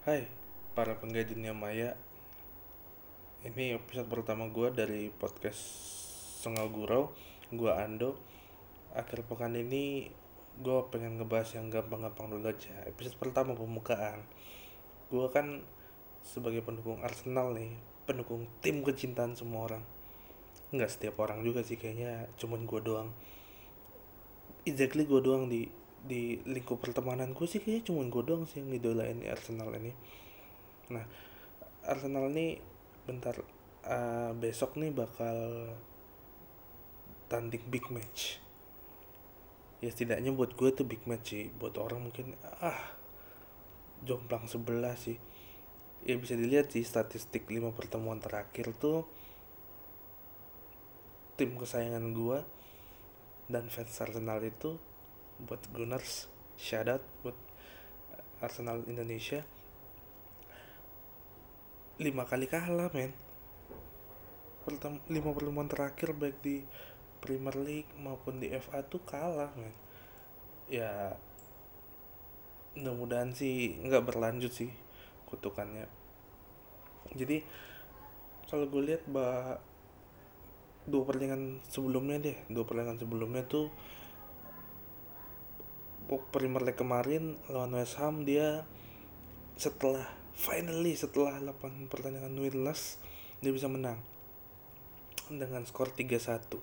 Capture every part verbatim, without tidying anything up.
Hai, para penggaya dunia maya. Ini episode pertama gue dari podcast Sengal Gurau. Gue Ando. Akhir pekan ini gue pengen ngebahas yang gampang-gampang dulu aja. Episode pertama pembukaan. Gue kan sebagai pendukung Arsenal nih, pendukung tim kecintaan semua orang. Nggak setiap orang juga sih, kayaknya cuman gue doang. Exactly gue doang di di lingkup pertemanan gue sih, kayaknya cuman gue doang sih yang ngidolain Arsenal ini. Nah, Arsenal nih bentar, uh, besok nih bakal tanding big match. Ya setidaknya buat gue tuh big match sih. Buat orang mungkin ah jomplang sebelah sih. Ya bisa dilihat sih statistik lima pertemuan terakhir tuh tim kesayangan gue dan fans Arsenal itu, buat Gunners, shout out buat Arsenal Indonesia, lima kali kalah men. Pertem lima pertemuan terakhir baik di Premier League maupun di F A tuh kalah men. Ya mudah-mudahan sih nggak berlanjut sih kutukannya. Jadi kalau gue lihat bah dua pertandingan sebelumnya deh dua pertandingan sebelumnya tuh Premier League kemarin lawan West Ham, dia setelah finally setelah delapan pertandingan winless dia bisa menang dengan skor tiga satu.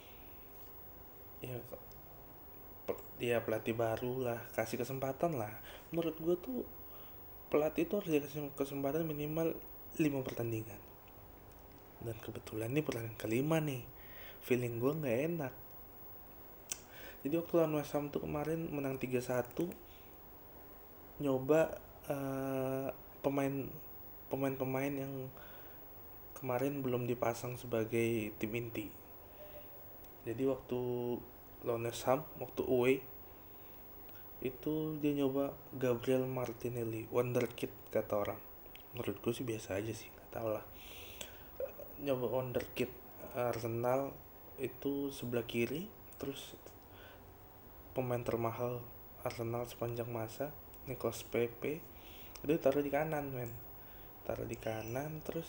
Ya dia pelatih baru lah, kasih kesempatan lah. Menurut gue tuh pelatih itu harus dikasih kesempatan minimal lima pertandingan. Dan kebetulan nih pertandingan kelima nih, feeling gue nggak enak. Jadi waktu lawan West Ham tuh kemarin menang tiga satu, nyoba uh, pemain pemain-pemain yang kemarin belum dipasang sebagai tim inti. Jadi waktu lawan West Ham, waktu away itu dia nyoba Gabriel Martinelli, wonderkid kata orang. Menurut gue sih biasa aja sih, nggak tau lah. Nyoba wonderkid Arsenal itu sebelah kiri, terus pemain termahal Arsenal sepanjang masa, Nicolas Pepe, itu taruh di kanan men. Taruh di kanan, terus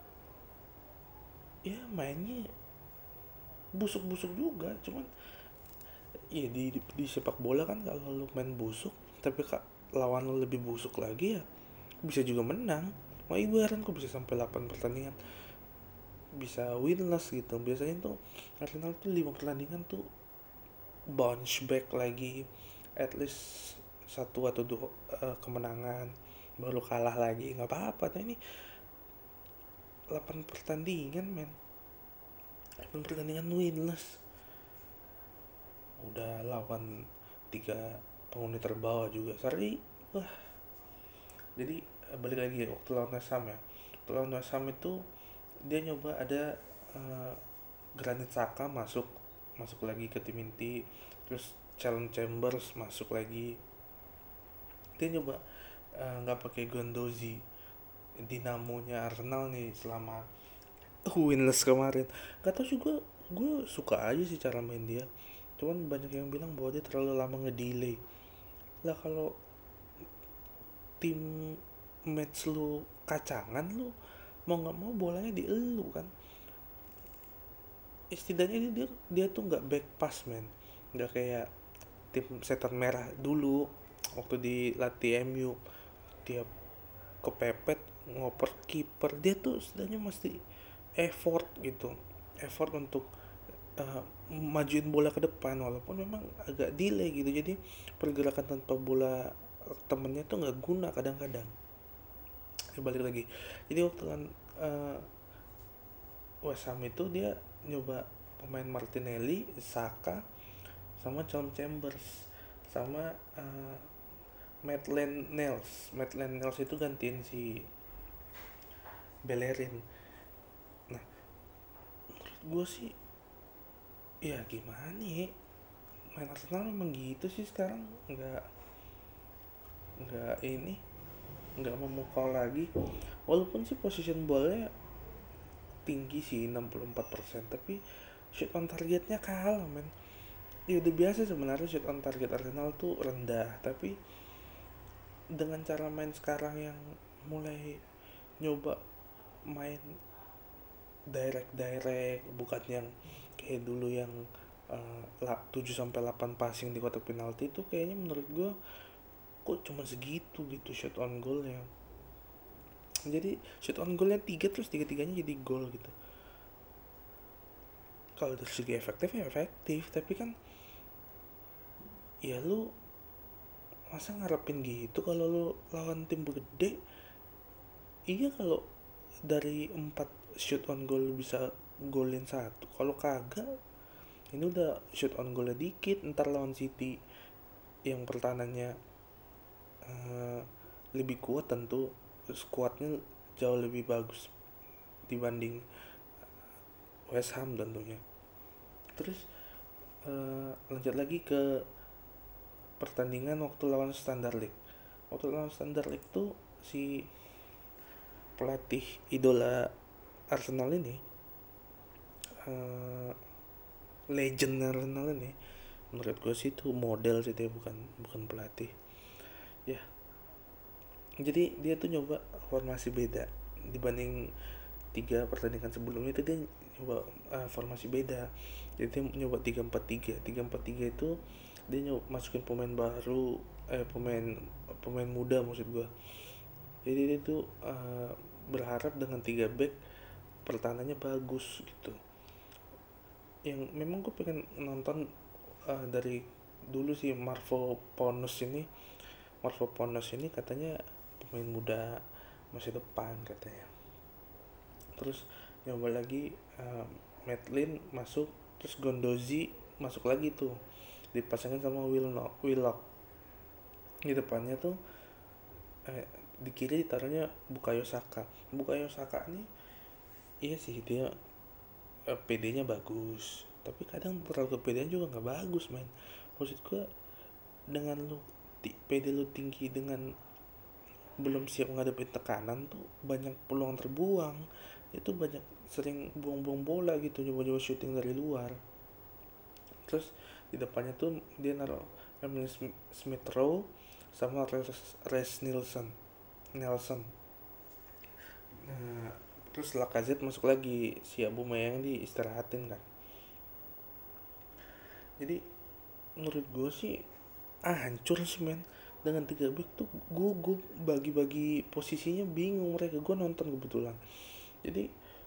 ya mainnya busuk-busuk juga. Cuman ya di, di, di sepak bola kan kalau lu main busuk tapi kak lawan lu lebih busuk lagi, ya bisa juga menang. Wah ibu heran kok bisa sampai delapan pertandingan bisa winless gitu. Biasanya tuh Arsenal tuh lima pertandingan tuh bounce back lagi, at least satu atau dua uh, kemenangan, baru kalah lagi nggak apa-apa. Nah ini delapan pertandingan men, delapan pertandingan winless, udah lawan tiga penghuni terbawah juga, seri. Wah, jadi balik lagi waktu lawan West Ham ya. Waktu lawan West Ham itu dia nyoba ada uh, Granit Xhaka masuk masuk lagi ke tim inti, terus Callum Chambers masuk lagi. Dia nyoba eh, nggak uh, pakai Guendouzi, dinamonya Arsenal nih selama winless kemarin. Gak tau juga, gue suka aja sih cara main dia. Cuman banyak yang bilang bahwa dia terlalu lama ngedelay. Lah kalau tim match lu kacangan, lu mau nggak mau bolanya di elu kan. Setidaknya dia dia, dia tuh nggak back pass men, nggak kayak tim setan merah dulu waktu dilatih M U, tiap kepepet ngoper kiper. Dia tuh setidaknya mesti effort gitu, effort untuk uh, majuin bola ke depan walaupun memang agak delay gitu. Jadi pergerakan tanpa bola temennya tuh nggak guna kadang-kadang. Ya, balik lagi, jadi waktu kan uh, West Ham itu dia nyoba pemain Martinelli, Saka, sama John Chambers, sama uh, Maitland Niles. Maitland Niles itu gantiin si Bellerin. Nah, menurut gue sih ya gimana ya, main Arsenal memang gitu sih sekarang, nggak nggak ini nggak memukau lagi. Walaupun sih position ballnya tinggi sih enam puluh empat persen, tapi shoot on targetnya kalah men. Ya udah biasa sebenarnya shoot on target Arsenal tuh rendah, tapi dengan cara main sekarang yang mulai nyoba main direct direct bukan yang kayak dulu yang uh, tujuh sampai delapan passing di kotak penalti, itu kayaknya menurut gue kok cuma segitu gitu shot on goalnya. Jadi shot on goalnya tiga terus tiga tiganya jadi gol gitu. Kalau dari segi efektif ya efektif, tapi kan ya lu masa ngarepin gitu kalau lu lawan tim gede. Iya, kalau dari empat shoot on goal bisa golin satu, kalau kagak ini udah shoot on goalnya dikit, ntar lawan City yang pertahanannya uh, lebih kuat, tentu skuadnya jauh lebih bagus dibanding West Ham tentunya. Terus uh, lanjut lagi ke pertandingan waktu lawan Standard League. Waktu lawan Standard League tuh si pelatih idola Arsenal ini, uh, legend Arsenal ini, menurut gue sih itu model sih, dia bukan bukan pelatih ya. Jadi dia tuh nyoba formasi beda dibanding tiga pertandingan sebelumnya. Itu dia nyoba uh, formasi beda. Jadi dia nyoba tiga empat tiga. tiga empat tiga itu dia nyoba masukin pemain baru, eh pemain pemain muda maksud gue. Jadi dia tuh uh, berharap dengan tiga back pertahanannya bagus gitu. Yang memang gue pengen nonton uh, dari dulu sih Marvo Ponus ini. Marvo Ponus ini katanya pemain muda masih depan katanya. Terus nyoba lagi uh, Madeline masuk, terus Gondozi masuk lagi tuh, dipasangin sama Willock. Willock di depannya tuh eh, di kiri ditaruhnya Bukayo Saka. Bukayo Saka nih iya sih dia eh, P D-nya bagus, tapi kadang terlalu kepedean juga nggak bagus men. Maksud gue dengan lu P D lu tinggi dengan belum siap ngadepin tekanan tuh banyak peluang terbuang. Itu banyak sering buang-buang bola gitu, nyoba-nyoba shooting dari luar. Terus di depannya tuh dia naruh Emil Smith Rowe sama Res Nielsen Nelson. Nah, terus Lacazette masuk lagi, si Aubameyang diistirahatin kan. Jadi menurut gue sih ah, hancur sih men. Dengan tiga back tuh gue gue bagi-bagi posisinya bingung mereka. Gue nonton kebetulan, jadi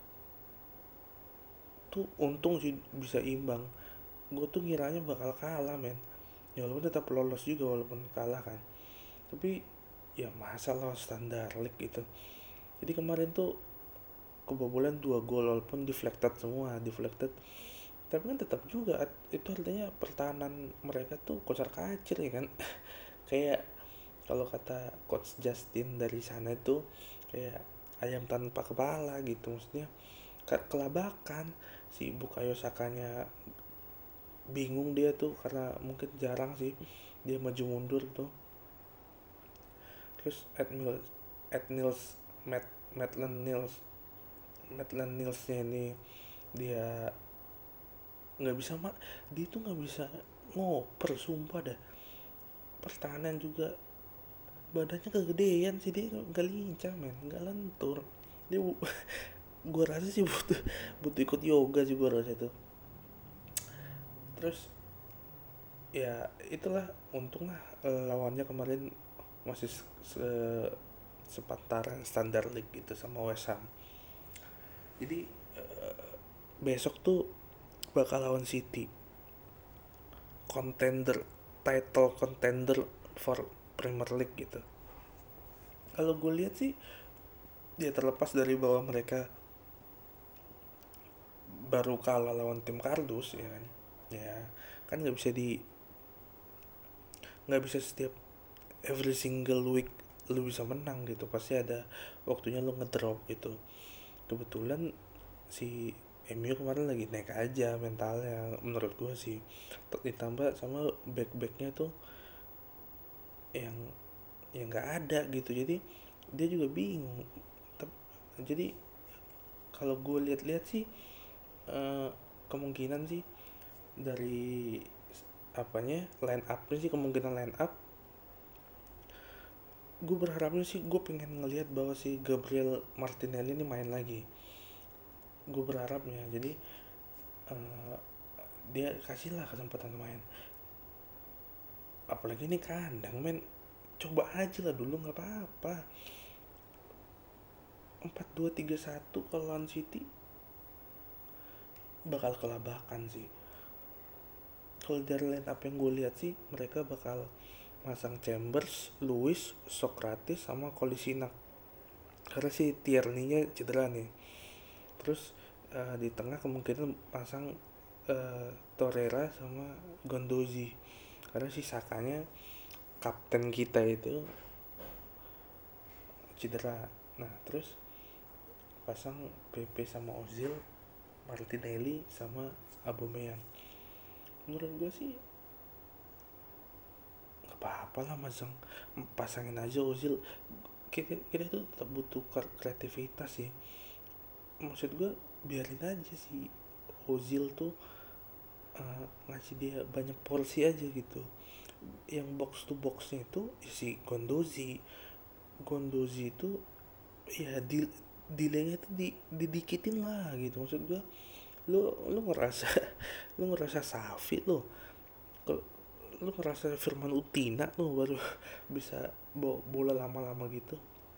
tuh untung sih bisa imbang. Gue tuh ngiranya bakal kalah men, ya walaupun tetap lolos juga walaupun kalah kan. Tapi ya masalah standar league gitu. Jadi kemarin tuh kebobolan dua gol walaupun deflected semua, deflected. Tapi kan tetap juga itu artinya pertahanan mereka tuh kocar kacir ya kan. Kayak kalau kata coach Justin dari sana itu kayak ayam tanpa kepala gitu, maksudnya kelabakan. Si Bukayo Sakanya bingung dia tuh karena mungkin jarang sih dia maju mundur tuh. Terus Ed Mills Ed Nils Matt Maitland Niles Maitland Nilesnya ini dia nggak bisa mak dia tuh nggak bisa ngoper sumpah dah. Pertahanan juga badannya kegedean sih, dia nggak lincah men, nggak lentur dia. Gue rasa sih butuh butuh ikut yoga sih gue rasa itu. Terus ya itulah untung lah lawannya kemarin masih se sepantaran standar league gitu sama West Ham. Jadi uh, besok tuh bakal lawan City, contender, title contender for Premier League gitu. Kalau gue lihat sih dia terlepas dari bahwa mereka baru kalah lawan tim kardus ya kan, ya kan nggak bisa di nggak bisa setiap every single week lu bisa menang gitu, pasti ada waktunya lu ngedrop gitu. Kebetulan si M U kemarin lagi naik aja mentalnya menurut gue sih, ditambah sama back-backnya tuh yang yang nggak ada gitu, jadi dia juga bingung. Jadi kalau gue lihat-lihat sih uh, kemungkinan sih dari apanya line up sih, kemungkinan line up gue berharapnya sih, gue pengen ngelihat bahwa si Gabriel Martinelli ini main lagi, gue berharapnya. Jadi uh, dia kasihlah kesempatan main, apalagi ini kandang men, coba aja lah dulu, nggak apa-apa. Empat dua tiga satu kalau lawan City bakal kelabakan sih. Kalau dari line up yang gue lihat sih, mereka bakal masang Chambers, Luis, Socrates, sama Kolasinac. Karena si Tierney-nya cedera nih. Terus uh, di tengah kemungkinan pasang uh, Torreira sama Gondozi. Karena si Sakanya, kapten kita itu, cedera. Nah terus pasang Pepe sama Ozil, Martinelli sama Aubameyang. Menurut gue sih nggak apa-apa lah, masang pasangin aja Ozil. Kita, kita tuh tetap butuh kreativitas sih. Maksud gue biarin aja si Ozil tuh uh, ngasih dia banyak porsi aja gitu. Yang box to boxnya itu si Gondozi. Gondozi itu ya di delaynya tuh di didikitin lah gitu. Maksud gue, lu lu ngerasa lu ngerasa Safi lo, kalau lu ngerasa Firman Utina lu baru bisa bawa bola lama-lama gitu,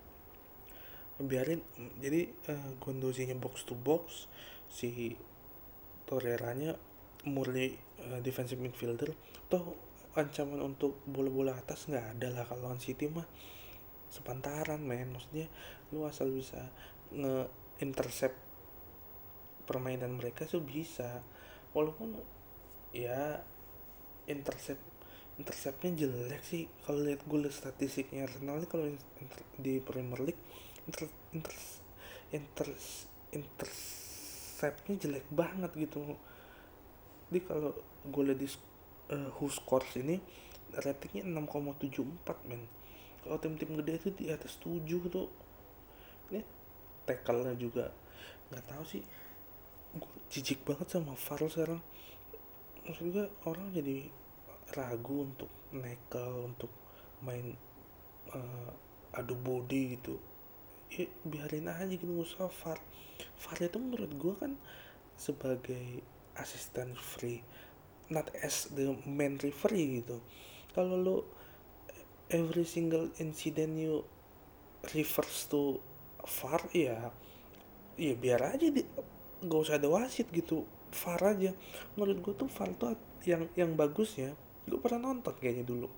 biarin. Jadi uh, Gondozinya box to box, si Torreiranya murni uh, defensive midfielder. Toh ancaman untuk bola-bola atas nggak ada lah kalau lawan City mah, sepantaran men. Maksudnya lu asal bisa nge-intercept permainan mereka tuh bisa, walaupun ya intercept interceptnya jelek sih. Kalau lihat gue lihat statistiknya Arsenal ini, kalau di Premier League inter, inter, inter, interceptnya jelek banget gitu. Jadi kalau gue lihat di uh, Who Scores ini ratingnya enam koma tujuh empat men. Kalau tim-tim gede itu di atas tujuh tuh. Ini tackle-nya juga nggak tahu sih, gue jijik banget sama V A R sekarang. Maksud gue orang jadi ragu untuk nekel, untuk main uh, adu body gitu. Ya biarin aja gitu, nggak usah V A R. V A R itu menurut gue kan sebagai asisten free, not as the main referee gitu. Kalau lo every single incident you refers to V A R, ya ya biar aja di, gak usah ada wasit gitu, V A R aja. Menurut gue tuh V A R tuh yang yang bagus ya, gue pernah nonton kayaknya dulu.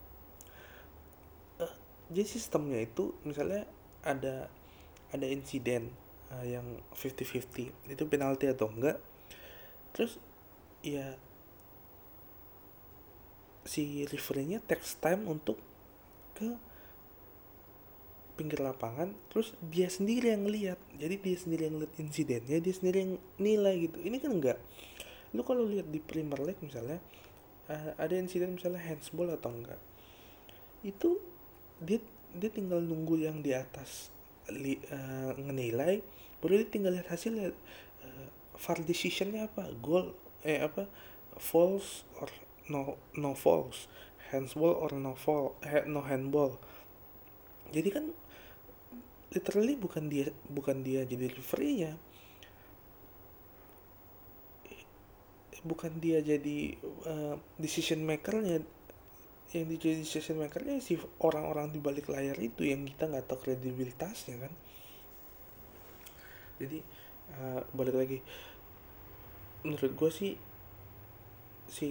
Uh, jadi sistemnya itu misalnya ada ada insiden uh, yang fifty fifty itu penalti atau enggak, terus ya si referee-nya takes time untuk ke pinggir lapangan, terus dia sendiri yang lihat. Jadi dia sendiri yang lihat insidennya, dia sendiri yang nilai gitu. Ini kan enggak. Lu kalau lihat di Premier League misalnya, uh, ada insiden misalnya handsball atau enggak, itu dia dia tinggal nunggu yang di atas li, uh, ngenilai, baru dia tinggal lihat hasilnya. uh, V A R decisionnya apa, goal eh apa false or no no false, handsball or no fall, eh, no handball. Jadi kan literally bukan dia bukan dia jadi referee-nya, bukan dia jadi uh, decision maker-nya. Yang jadi decision maker-nya si orang-orang di balik layar itu yang kita nggak tahu kredibilitasnya kan. Jadi uh, balik lagi, menurut gue sih si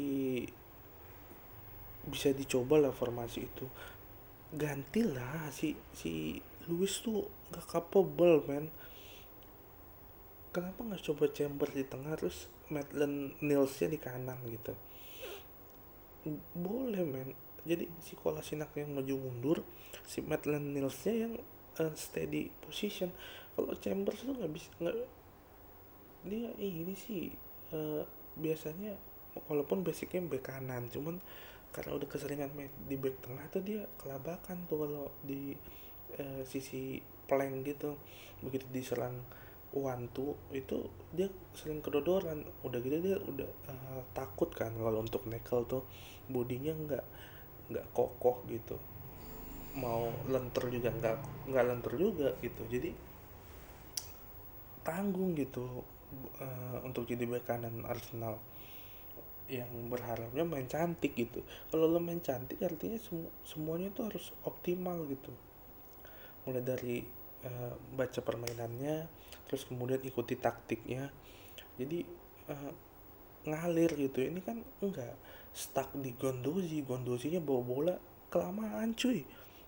bisa dicoba lah formasi itu, gantilah si si Luis tuh nggak capable man. Kenapa nggak coba Chamber di tengah, terus Maitland Niles-nya di kanan gitu, boleh men. Jadi si Kolasinac yang maju mundur, si Maitland Niles-nya yang uh, steady position. Kalau Chambers tuh nggak bisa, nggak, dia ini sih uh, biasanya walaupun basicnya back kanan, cuman karena udah keseringan main di back tengah tuh dia kelabakan tuh kalau di uh, sisi plank gitu. Begitu diserang one two itu dia sering kedodoran, udah gitu dia udah uh, takut kan kalau untuk nekel tuh, bodinya nggak nggak kokoh gitu. mau lentur juga nggak nggak lentur juga gitu. Jadi tanggung gitu uh, untuk jadi bek kanan Arsenal yang berharapnya main cantik gitu. Kalau lo main cantik artinya semu- semuanya tuh harus optimal gitu, mulai dari uh, baca permainannya, terus kemudian ikuti taktiknya. Jadi uh, ngalir gitu. Ini kan enggak stuck di Gondozi. Gondozinya bawa bola kelamaan cuy.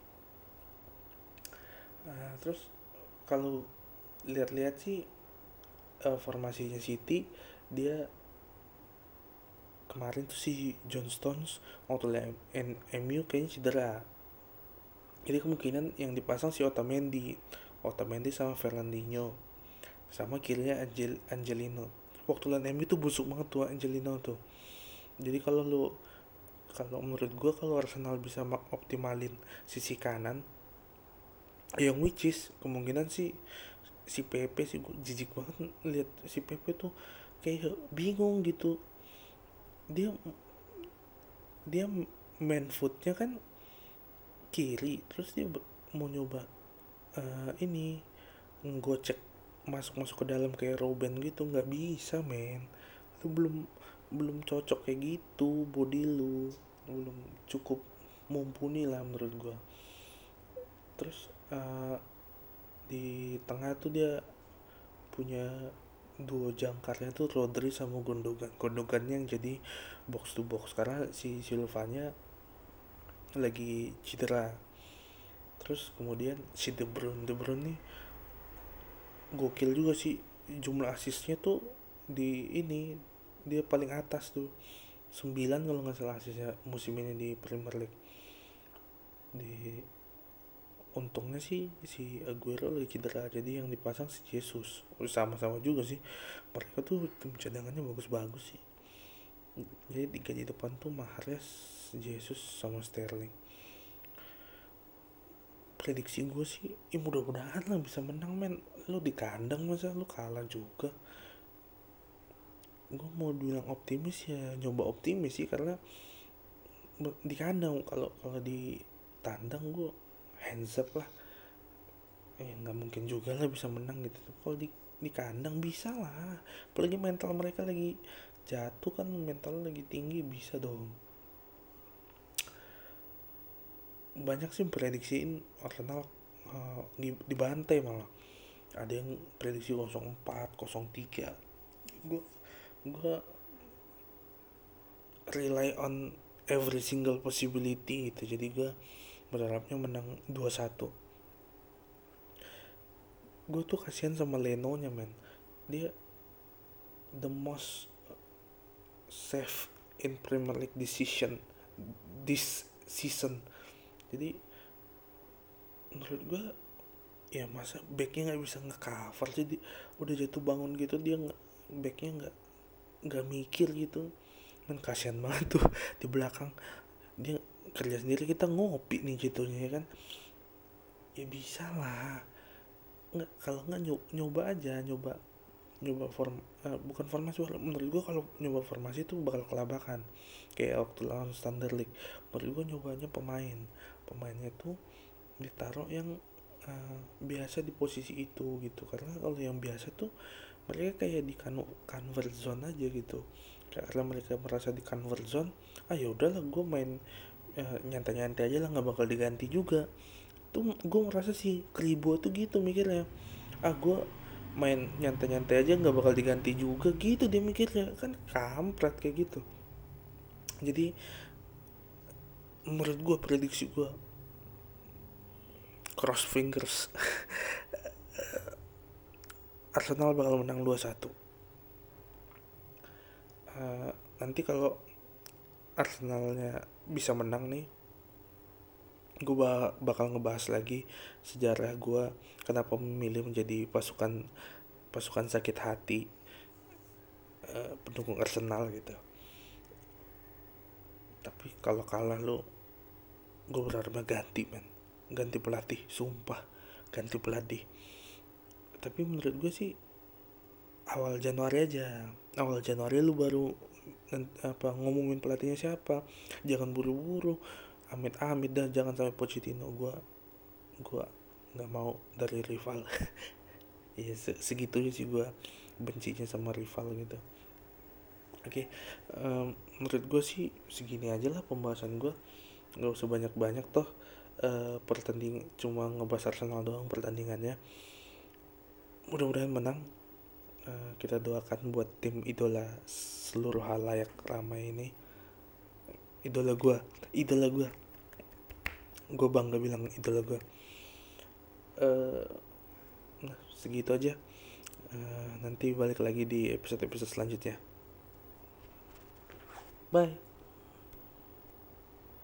Uh, terus kalau lihat-lihat sih uh, formasinya City, dia kemarin tuh si John Stones waktu lawan M U kayaknya cedera. Jadi kemungkinan yang dipasang si Otamendi, Otamendi sama Fernandinho, sama kirinya Angel Angelino. Waktu lawan M U tuh busuk banget tuh Angelino tuh. Jadi kalau lu kalau menurut gue kalau Arsenal bisa optimalin sisi kanan, yang which is kemungkinan sih si Pepe sih, gue jijik banget lihat si Pepe tuh kayak bingung gitu. Dia dia main footnya kan kiri, terus dia mau nyoba uh, ini ngegocek masuk-masuk ke dalam kayak Robben gitu, nggak bisa men. Lu belum belum cocok kayak gitu, body lu belum cukup mumpuni lah menurut gua. Terus uh, di tengah tuh dia punya duo jangkarnya tuh Rodri sama Gundogan. Gundogan yang jadi box to box karena si Silvanya lagi cedera. Terus kemudian si De Bruyne, De Bruyne nih gokil juga sih, jumlah asisnya tuh di ini dia paling atas tuh, sembilan kalau nggak salah asisnya musim ini di Premier League. Di untungnya sih si Aguero lagi cedera, jadi yang dipasang si Jesus. Sama-sama juga sih, mereka tuh tim cadangannya bagus-bagus sih. Jadi di gaji depan tuh Mahrez, Jesus sama Sterling. Prediksi gue sih ya mudah-mudahan lah bisa menang men. Lu di kandang masa lu kalah juga. Gue mau bilang optimis ya nyoba optimis sih, karena di kandang. Kalau kalau di tandang gue hands up lah, ya nggak mungkin juga lah bisa menang gitu. Kalau di di kandang bisa lah, apalagi mental mereka lagi jatuh kan, mental lagi tinggi, bisa dong. Banyak sih prediksiin Arsenal uh, dibantai malah. Ada yang prediksi nol empat nol tiga. gue gue rely on every single possibility gitu. Jadi gue berharapnya menang dua satu. Gue tuh kasihan sama Leno nya men. Dia the most safe in Premier League decision this season. Jadi menurut gue ya masa backnya nggak bisa nge-cover, jadi udah jatuh bangun gitu dia nggak, backnya nggak nggak mikir gitu. Men kasihan banget tuh di belakang, dia kerja sendiri, kita ngopi nih jatuhnya ya kan. Ya bisa lah, nggak kalau nggak nyoba aja, nyoba nyoba form uh, bukan formasi. Menurut gue kalau nyoba formasi itu bakal kelabakan kayak waktu lawan Standard League. Menurut gue nyobanya pemain pemainnya tuh ditaruh yang uh, biasa di posisi itu gitu, karena kalau yang biasa tuh mereka kayak di convert zone aja gitu. Karena mereka merasa di convert zone, ah ya udahlah gue main uh, nyantai-nyantai aja lah, nggak bakal diganti juga. Tuh gue merasa sih Kribo tuh gitu mikirnya, ah gue main nyantai-nyantai aja nggak bakal diganti juga gitu dia mikirnya kan, kampret kayak gitu. Jadi menurut gue prediksi gue cross fingers Arsenal bakal menang dua satu. Uh, nanti kalau Arsenalnya bisa menang nih, gue bakal ngebahas lagi sejarah gue kenapa memilih menjadi pasukan pasukan sakit hati uh, pendukung Arsenal gitu. Tapi kalau kalah lo, gue berharap ganti men, ganti pelatih, sumpah ganti pelatih. Tapi menurut gue sih awal Januari aja, awal Januari lu baru apa ngomongin pelatihnya siapa, jangan buru-buru. amit-amit dah jangan sampai Pochettino. Gue gue nggak mau dari rival. Iya, se- segitunya sih gue bencinya sama rival gitu. Oke, em, menurut gue sih segini aja lah pembahasan gue, nggak usah banyak-banyak toh. Eh, pertanding cuma ngebahas Arsenal doang pertandingannya. Mudah-mudahan menang. Eh, kita doakan buat tim idola seluruh halayak ramai ini. Idola gue, idola gue, gue bangga bilang idola gue. Eh, nah segitu aja. Eh, nanti balik lagi di episode-episode selanjutnya. Bye.